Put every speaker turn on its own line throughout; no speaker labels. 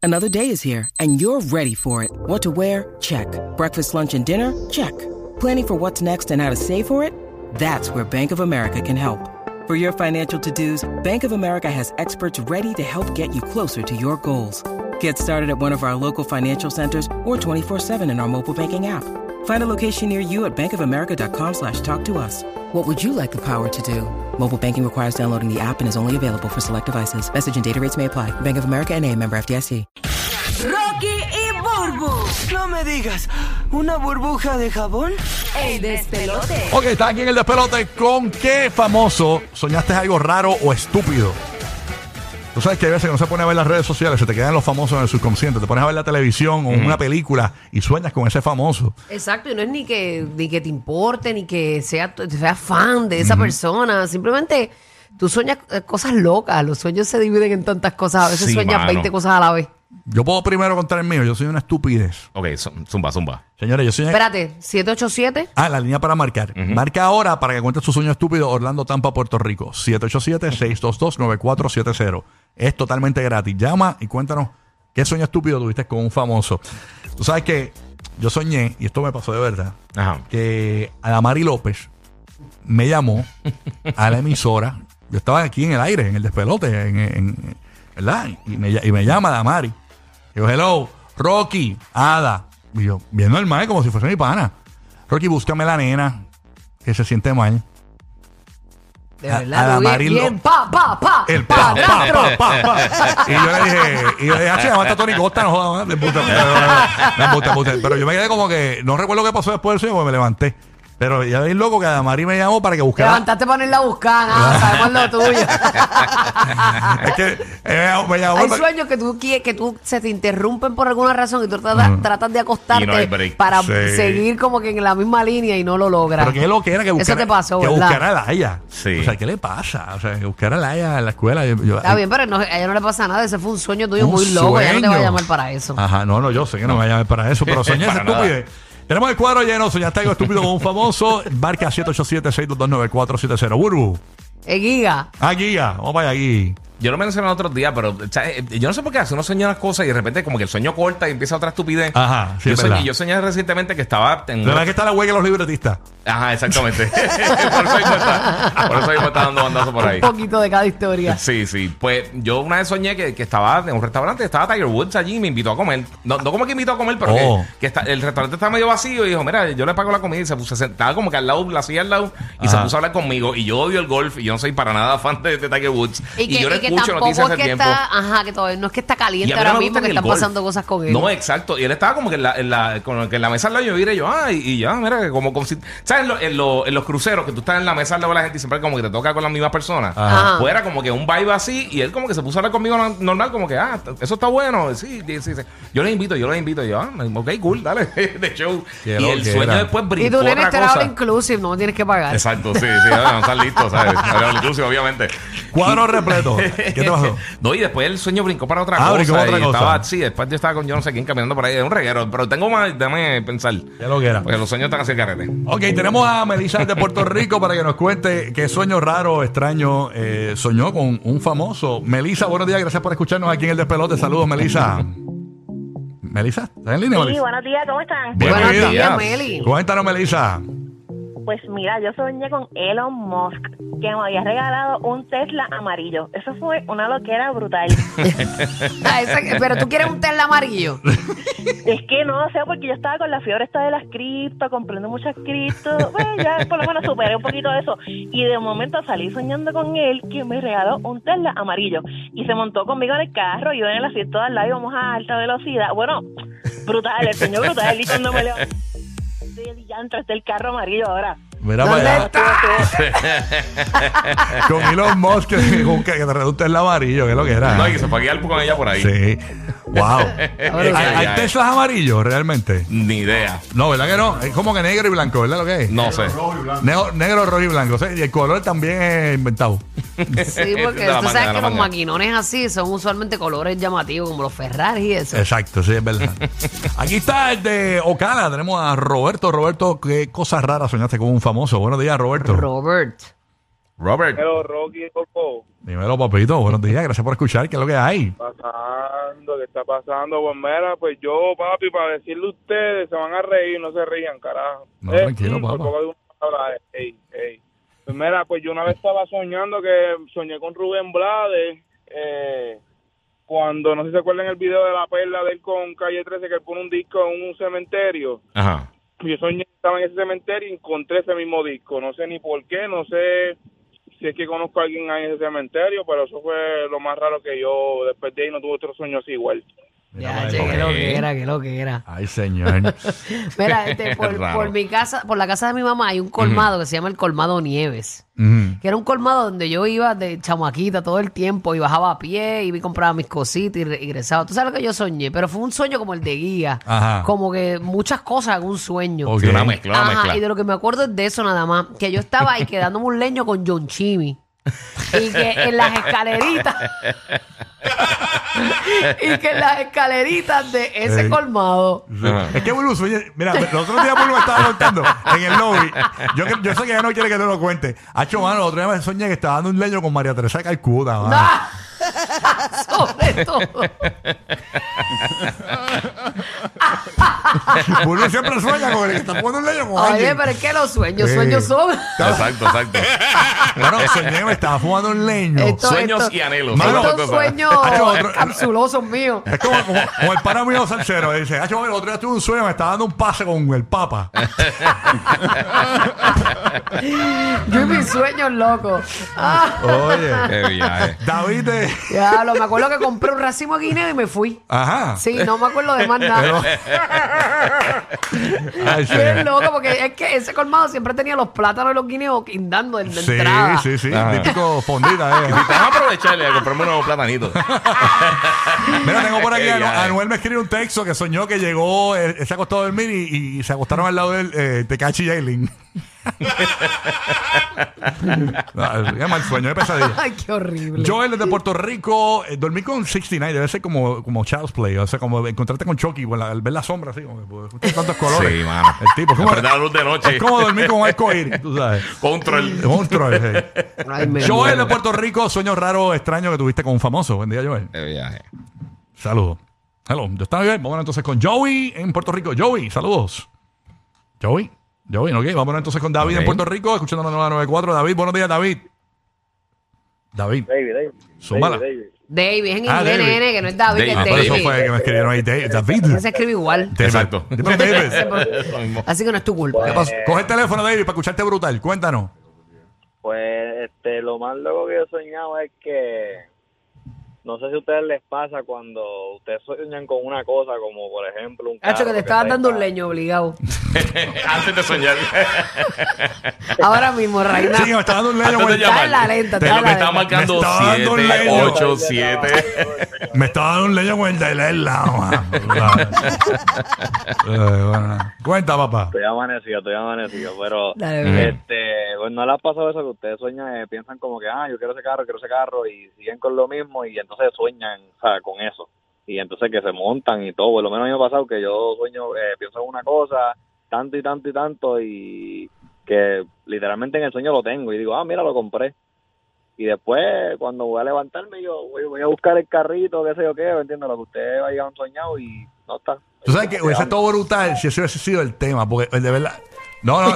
Another day is here, and you're ready for it. What to wear? Check. Breakfast, lunch, and dinner? Check. Planning for what's next and how to save for it? That's where Bank of America can help. For your financial to-dos, Bank of America has experts ready to help get you closer to your goals. Get started at one of our local financial centers or 24/7 in our mobile banking app. Find a location near you at bankofamerica.com/talktous. What would you like the power to do? Mobile banking requires downloading the app and is only available for select devices. Message and data rates may apply. Bank of America N.A., member FDIC.
Rocky y Burbu.
No me digas, ¿una burbuja de jabón?
El despelote.
Ok, está aquí en el despelote. ¿Con qué famoso soñaste algo raro o estúpido? Tú sabes que hay veces que no se pone a ver las redes sociales, se te quedan los famosos en el subconsciente. Te pones a ver la televisión o una película y sueñas con ese famoso.
Exacto, y no es ni que te importe, ni que seas fan de esa persona. Simplemente tú sueñas cosas locas. Los sueños se dividen en tantas cosas. A veces
Sí,
sueñas
mano.
20 cosas a la vez.
Yo puedo primero contar el mío. Yo soy una estupidez.
Ok, zumba.
Señores, yo soy...
Espérate, 787.
La línea para marcar. Marca ahora para que cuentes tu sueño estúpido. Orlando, Tampa, Puerto Rico. 787-622-9470. Es totalmente gratis. Llama y cuéntanos qué sueño estúpido tuviste con un famoso. Tú sabes que yo soñé, y esto me pasó de verdad,
Ajá.
que Adamari López me llamó a la emisora. Yo estaba aquí en el aire, en el despelote, ¿verdad? Y me llama Adamari. Y yo, hello, Rocky, Ada. Y yo, bien normal, como si fuese mi pana. Rocky, búscame la nena que se siente mal.
De verdad,
Adamari
bien,
El
padrastro.
pa. Y yo le dije, se llama Tony Costa, no jodas, me embuste. Pero yo me quedé como que, no recuerdo qué pasó después del sueño porque me levanté. Pero ya veis loco que Adamari me llamó para que
Te
buscara.
levantaste para ponerla a buscar. Sabemos lo tuyo.
Es que me llamó
Hay
para-
sueños que tú se te interrumpen por alguna razón y tú tratas de acostarte
Y no hay break.
para
Sí.
seguir como que en la misma línea y no lo logras.
Pero qué lo que era que buscara.
Eso te pasó,
que
¿verdad?
buscara a Laia.
Sí.
O sea, ¿qué le pasa? O sea, que buscara a Laia en la escuela.
Está bien, pero a ella no le pasa nada. Ese fue un sueño tuyo muy loco. Ella no te va a llamar para eso.
Ajá, no, yo sé que no me va a llamar para eso, pero soñé esa
Para nada.
estupidez. Tenemos el cuadro lleno, soñaste algo estúpido con un famoso. Marca 787-622-9470. Burbu.
Giga.
Guía, vamos para allá, aquí.
Yo lo mencioné el otro día, pero o sea, yo no sé por qué hace uno sueña unas cosas y de repente como que el sueño corta y empieza otra estupidez.
Ajá, sí, es verdad.
Yo soñé recientemente que estaba en
La verdad que está la huelga de los libretistas.
Ajá, exactamente. por eso mismo está dando bandazo por ahí.
Un poquito de cada historia.
Sí. Pues yo una vez soñé que estaba en un restaurante, estaba Tiger Woods allí y me invitó a comer. No como que invitó a comer, pero el restaurante estaba medio vacío y dijo, mira, yo le pago la comida y se puso, estaba como que al lado, la silla al lado y se puso a hablar conmigo. Y yo odio el golf y yo no soy para nada fan de Tiger Woods. Y yo le escucho noticias hace tiempo.
Que todavía no es que está
Y
caliente
a mí no
ahora
me
mismo,
gusta
que
ni el
están
golf.
pasando cosas con él.
No, exacto. Y él estaba como que en la mesa al lado yo viré yo, y ya, mira, como si, ¿sabes? En los cruceros que tú estás en la mesa al lado de la gente y siempre como que te toca con las mismas personas.
Ajá.
Pues era como que un vibe así y él como que se puso a hablar conmigo normal, como que, eso está bueno. Sí. Yo le invito, yo, ok, cool, dale, de show.
Qué
Y el
loquera.
sueño después
Y
brincó
tú tienes
otra
que
cosa.
all inclusive, no tienes que pagar.
Exacto, sí, no están listos, ¿sabes? Inclusive, obviamente.
Cuadro repleto. ¿Qué te pasó?
No, y después el sueño brincó para otra
brincó
cosa.
para otra
y
cosa.
estaba, sí, después yo estaba con yo no sé quién caminando por ahí. Es un reguero, pero tengo más, déjame pensar.
¿Qué lo que era?
Porque los sueños están así el carrete.
Ok, tenemos a Melissa de Puerto Rico para que nos cuente qué sueño raro o extraño soñó con un famoso. Melissa, buenos días, gracias por escucharnos aquí en el Despelote. Saludos, Melissa. Melissa, ¿estás en línea,
Sí,
Melissa?
buenos días, ¿cómo están?
Bien,
Buenos
bien.
días, Meli.
Cuéntanos, Melissa.
Pues mira, yo soñé con Elon Musk, que me había regalado un Tesla amarillo. Eso fue una loquera brutal.
Pero tú quieres un Tesla amarillo.
Es que no sé, porque yo estaba con la fiebre esta de las cripto, comprando muchas cripto. Bueno, ya por lo menos superé un poquito de eso. Y de momento salí soñando con él, que me regaló un Tesla amarillo. Y se montó conmigo en el carro, y yo en el asiento de al lado íbamos a alta velocidad. Bueno, brutal, el sueño brutal. Y cuando me levanté, ya entraste el carro amarillo ahora.
Mira
¿Dónde
para allá.
está?
Con Elon Musk que te reduce el amarillo, que es lo que era.
No, y que se fue a guiar con ella por ahí.
Sí. Wow.
Ay,
¿Hay Teslas amarillos realmente?
Ni idea.
No, ¿verdad que no? Es como que negro y blanco, ¿verdad lo que es?
No sé.
Negro, rojo y blanco. O sea, y el color también es inventado.
Sí, porque
De la
tú
manga,
sabes
de
que
la
los
manga.
maquinones así son usualmente colores llamativos, como los Ferrari y eso.
Exacto, sí, es verdad. Aquí está el de Ocala. Tenemos a Roberto. Roberto, ¿qué cosas raras soñaste con un famoso? Buenos días, Roberto.
Robert.
Robert.
Pero Rocky, Coco,
Dímelo, papito. Buenos días. Gracias por escuchar. ¿Qué es lo que hay?
¿qué está pasando? Pues mira, pues yo, papi, para decirle a ustedes, se van a reír, no se rían, carajo.
No, tranquilo,
por
papá.
poco de una palabra, ey. Pues mira, pues yo una vez estaba soñando soñé con Rubén Blades, cuando, no sé si se acuerdan el video de la perla de él con Calle 13, que él pone un disco en un cementerio.
Ajá.
Yo soñé que estaba en ese cementerio y encontré ese mismo disco. No sé ni por qué, no sé si es que conozco a alguien ahí en ese cementerio, pero eso fue lo más raro que yo, después de ahí no tuve otro sueño así igual.
Ya, che, qué lo que era.
Ay, señor.
Mira,
Raro.
por mi casa, por la casa de mi mamá hay un colmado que se llama el Colmado Nieves. Que era un colmado donde yo iba de chamaquita todo el tiempo y bajaba a pie, iba y compraba mis cositas y regresaba. Tú sabes lo que yo soñé, pero fue un sueño como el de guía.
Ajá.
Como que muchas cosas en un sueño.
Ok.
Una mezcla, una mezcla.
Y de lo que me acuerdo es de eso nada más. Que yo estaba ahí quedándome un leño con John Chimmy. Y que en las escaleritas de ese colmado.
Es que Bulu sueña. Mira, los otros días Bulu me estaba contando en el lobby. Yo sé que ya no quiere que te lo cuente. Hacho, mano, el otro día me soñé que estaba dando un leño con María Teresa de Calcuta, mano.
Sobre todo.
Bulu siempre sueña con el que está jugando un leño con
Oye,
alguien.
pero es que los sueños
Sí.
son.
Exacto.
Bueno, soñé que me estaba fumando un leño.
Sueños y anhelos.
Mano,
son las
Estos
dos cosas.
sueños
Hacho, otro-
capsulosos míos.
Es como el pana mío salsero. Dice, Hacho, el otro día tuve un sueño, me estaba dando un pase con el Papa.
Yo y mis sueños locos.
Oye.
Qué viaje.
David
Ya, me acuerdo que compré un racimo de guineo y me fui.
Ajá.
Sí, no me acuerdo de más nada.
Ay,
Bien
señor.
loco, porque es que ese colmado siempre tenía los plátanos y los guineos guindando en la
Sí,
entrada.
sí.
Ajá.
Típico fondita,
Vamos a aprovecharle a comprarme unos platanitos.
Mira, tengo por aquí
Qué
a
viaje.
Anuel me escribe un texto que soñó que llegó, se acostó a dormir y se acostaron al lado de él Tecachi y Yailin. Qué mal sueño, qué pesadilla.
Ay, qué horrible.
Joel desde Puerto Rico, dormí con 69, debe ser como Child's Play, o sea, como encontrarte con Chucky, al ver la sombra así, como que pues, tantos colores.
Sí, mano.
El tipo, es como,
Prender la luz de noche.
es como dormir con un arcoíris, tú sabes.
Control.
Un troll, sí.
Ay, me
Joel de
muero.
Puerto Rico, sueño raro, extraño que tuviste con un famoso. Buen día, Joel.
Qué viaje.
Saludos. Hello, yo estaba bien. Vamos entonces con Joey en Puerto Rico. Joey, saludos. Joey, ok. Vamos entonces con David
Ok.
en Puerto Rico, escuchando la 994. David, buenos días, David. David,
David.
súmala.
David es en
Ah,
inglés,
David.
nene, que no es David,
David.
que es
Ah, por eso
David.
fue que me escribieron ahí. David.
Que se escribe igual.
David.
Exacto.
Dímelo, David.
Lo mismo.
Así que no es tu culpa.
¿Qué pasó? Coge el teléfono, David, para escucharte brutal. Cuéntanos.
Pues lo más loco que yo he soñado es que no sé si a ustedes les pasa cuando ustedes sueñan con una cosa como por ejemplo un
Hacho,
carro
que te estabas
está
dando un
en-
leño obligado.
Antes de soñar.
Ahora mismo, Reina.
Sí, me está dando un leño.
Antes de
güey.
Está
llamar.
en la lenta,
Te
está en
me
la
estaba
lenta.
marcando
Me estaba dando un
7,
leño.
8, 7.
Me estaba dando un leño con el de la mano. Bueno. Cuenta, papá.
Estoy amanecido, pero
Dale, bebé.
pues no les ha pasado eso que ustedes sueñan, piensan como que yo quiero ese carro y siguen con lo mismo y entonces sueñan, o sea, con eso. Y entonces que se montan y todo. Por lo menos a mí me ha pasado que yo sueño, pienso en una cosa, tanto y que literalmente en el sueño lo tengo y digo, mira, lo compré. Y después, cuando voy a levantarme, yo voy a buscar el carrito, qué sé yo qué, ¿entiendes? Lo que ustedes hayan soñado y no está.
Tú sabes que hubiese todo brutal si ese hubiese sido el tema, porque de verdad. No.
Oye,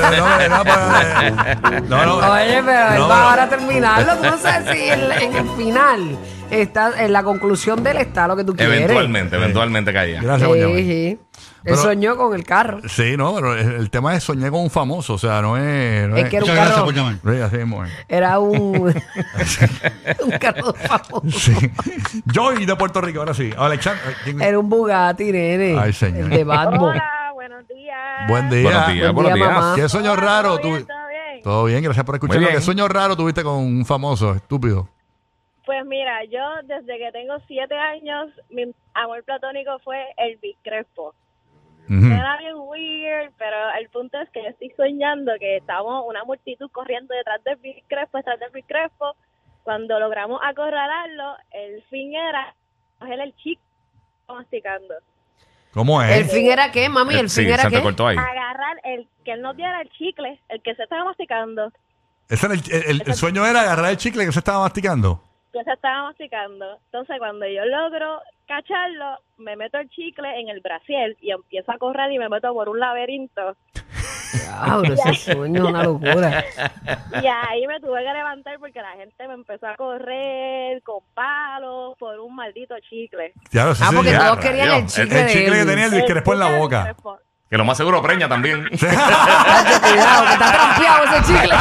pero él va ahora a terminarlo. Tú no sabes si en el final está, en la conclusión de él está lo que tú quieres.
Eventualmente caía.
Gracias, por llamar.
Sí.
Pero-
Él soñó con el carro.
Sí, no, pero el tema es soñar con un famoso, o sea, no es...
Es que era un carro.
Sí, así mismo es.
Era un carro famoso.
Sí. Joey de Puerto Rico, ahora sí. Alexander. ¿quién?
Era un Bugatti, nene.
Ay, señor.
El de Batman.
Hola, buenos días.
Buen día.
Buen día, mamá.
¿Qué sueño raro
¿Todo bien?
tuviste?
¿Todo bien?
Todo bien, gracias por escucharlo.
Muy bien.
¿Qué sueño raro tuviste con un famoso, estúpido?
Pues mira, yo desde que tengo 7 años, mi amor platónico fue Elvis Crespo.
Ujú.
Era bien weird, pero el punto es que yo estoy soñando que estábamos una multitud corriendo detrás de Elvis Crespo. Cuando logramos acorralarlo, el fin era coger el chico masticando.
¿Cómo es?
¿El fin era qué, mami? ¿El fin
Sí,
era
se te
qué?
cortó ahí.
Agarrar que él nos diera el chicle, el que se estaba masticando.
Ese era el sueño era agarrar el chicle que se estaba masticando.
Que se estaba masticando. Entonces, cuando yo logro cacharlo, me meto el chicle en el brasier y empiezo a correr y me meto por un laberinto.
Diablo, ese sueño es una locura.
Y ahí me tuve que levantar porque la gente me empezó a correr con palos por un maldito chicle.
Claro,
porque todos querían el chicle.
El chicle que tenía el Crespo en la boca.
Que lo más seguro preña también.
Cuidado, que está trampeado ese chicle.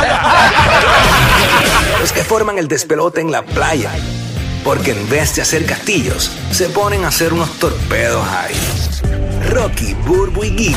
Los que forman el despelote en la playa. Porque en vez de hacer castillos, se ponen a hacer unos torpedos ahí. Rocky, Burbu y Giga,